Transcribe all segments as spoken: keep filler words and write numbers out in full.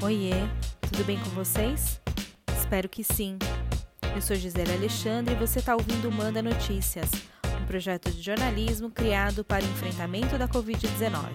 Oiê, tudo bem com vocês? Espero que sim. Eu sou Gisele Alexandre e você está ouvindo Manda Notícias, um projeto de jornalismo criado para o enfrentamento da covid dezenove.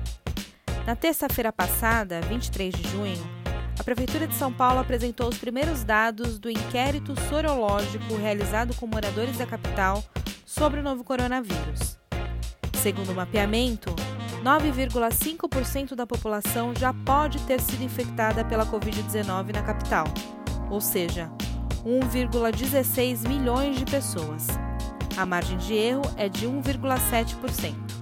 Na terça-feira passada, vinte e três de junho, a Prefeitura de São Paulo apresentou os primeiros dados do inquérito sorológico realizado com moradores da capital sobre o novo coronavírus. Segundo o mapeamento, nove vírgula cinco por cento da população já pode ter sido infectada pela covid dezenove na capital, ou seja, um vírgula dezesseis milhões de pessoas. A margem de erro é de um vírgula sete por cento.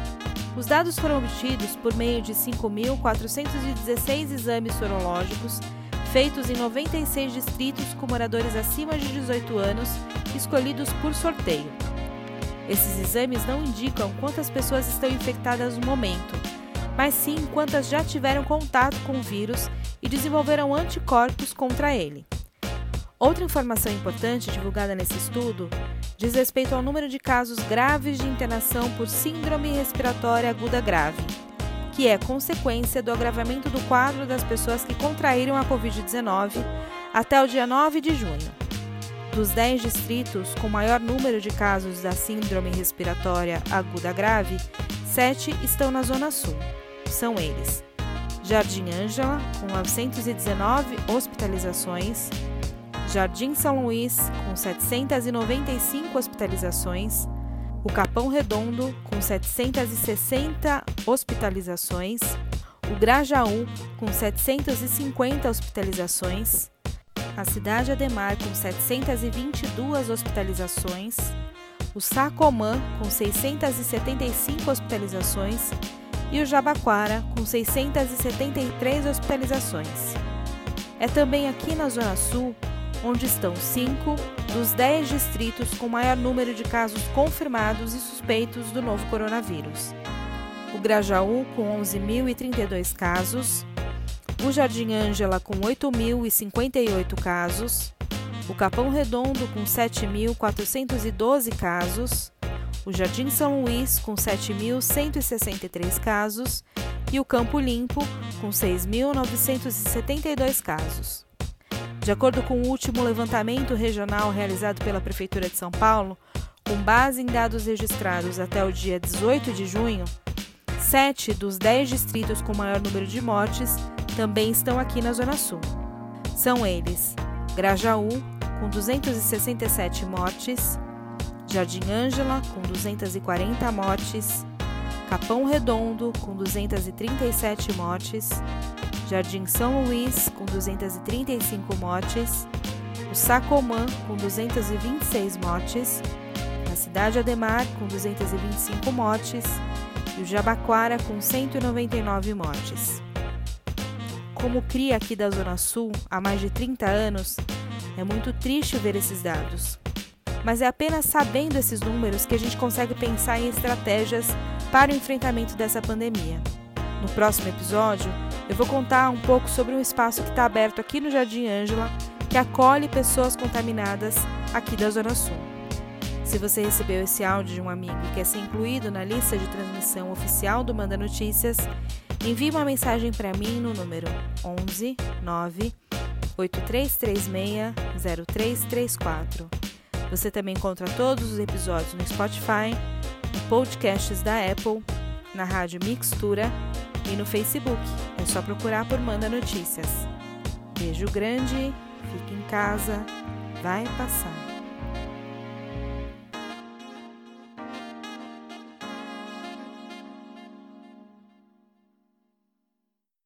Os dados foram obtidos por meio de cinco mil quatrocentos e dezesseis exames sorológicos feitos em noventa e seis distritos com moradores acima de dezoito anos, escolhidos por sorteio. Esses exames não indicam quantas pessoas estão infectadas no momento, mas sim quantas já tiveram contato com o vírus e desenvolveram anticorpos contra ele. Outra informação importante divulgada nesse estudo diz respeito ao número de casos graves de internação por síndrome respiratória aguda grave, que é consequência do agravamento do quadro das pessoas que contraíram a covid dezenove até o dia nove de junho. Dos dez distritos com maior número de casos da síndrome respiratória aguda grave, sete estão na Zona Sul. São eles: Jardim Ângela, com novecentos e dezenove hospitalizações, Jardim São Luís, com setecentos e noventa e cinco hospitalizações, o Capão Redondo, com setecentos e sessenta hospitalizações, o Grajaú, com setecentos e cinquenta hospitalizações, a Cidade Ademar, com setecentos e vinte e duas hospitalizações, o Sacomã, com seiscentos e setenta e cinco hospitalizações e o Jabaquara, com seiscentos e setenta e três hospitalizações. É também aqui na Zona Sul onde estão cinco dos dez distritos com maior número de casos confirmados e suspeitos do novo coronavírus. O Grajaú, com onze mil e trinta e dois casos, o Jardim Ângela, com oito mil e cinquenta e oito casos, o Capão Redondo, com sete mil quatrocentos e doze casos, o Jardim São Luís, com sete mil cento e sessenta e três casos e o Campo Limpo, com seis mil novecentos e setenta e dois casos. De acordo com o último levantamento regional realizado pela Prefeitura de São Paulo, com base em dados registrados até o dia dezoito de junho, sete dos dez distritos com maior número de mortes também estão aqui na Zona Sul. São eles: Grajaú, com duzentas e sessenta e sete mortes, Jardim Ângela, com duzentas e quarenta mortes, Capão Redondo, com duzentas e trinta e sete mortes, Jardim São Luís, com duzentas e trinta e cinco mortes, o Sacomã, com duzentas e vinte e seis mortes, a Cidade Ademar, com duzentas e vinte e cinco mortes e o Jabaquara, com cento e noventa e nove mortes. Como cria aqui da Zona Sul há mais de trinta anos, é muito triste ver esses dados. Mas é apenas sabendo esses números que a gente consegue pensar em estratégias para o enfrentamento dessa pandemia. No próximo episódio, eu vou contar um pouco sobre um espaço que está aberto aqui no Jardim Ângela, que acolhe pessoas contaminadas aqui da Zona Sul. Se você recebeu esse áudio de um amigo e quer ser incluído na lista de transmissão oficial do Manda Notícias, envie uma mensagem para mim no número onze nove oito três três seis zero três três quatro. Você também encontra todos os episódios no Spotify, no podcasts da Apple, na Rádio Mixtura e no Facebook. É só procurar por Manda Notícias. Beijo grande, fique em casa, vai passar.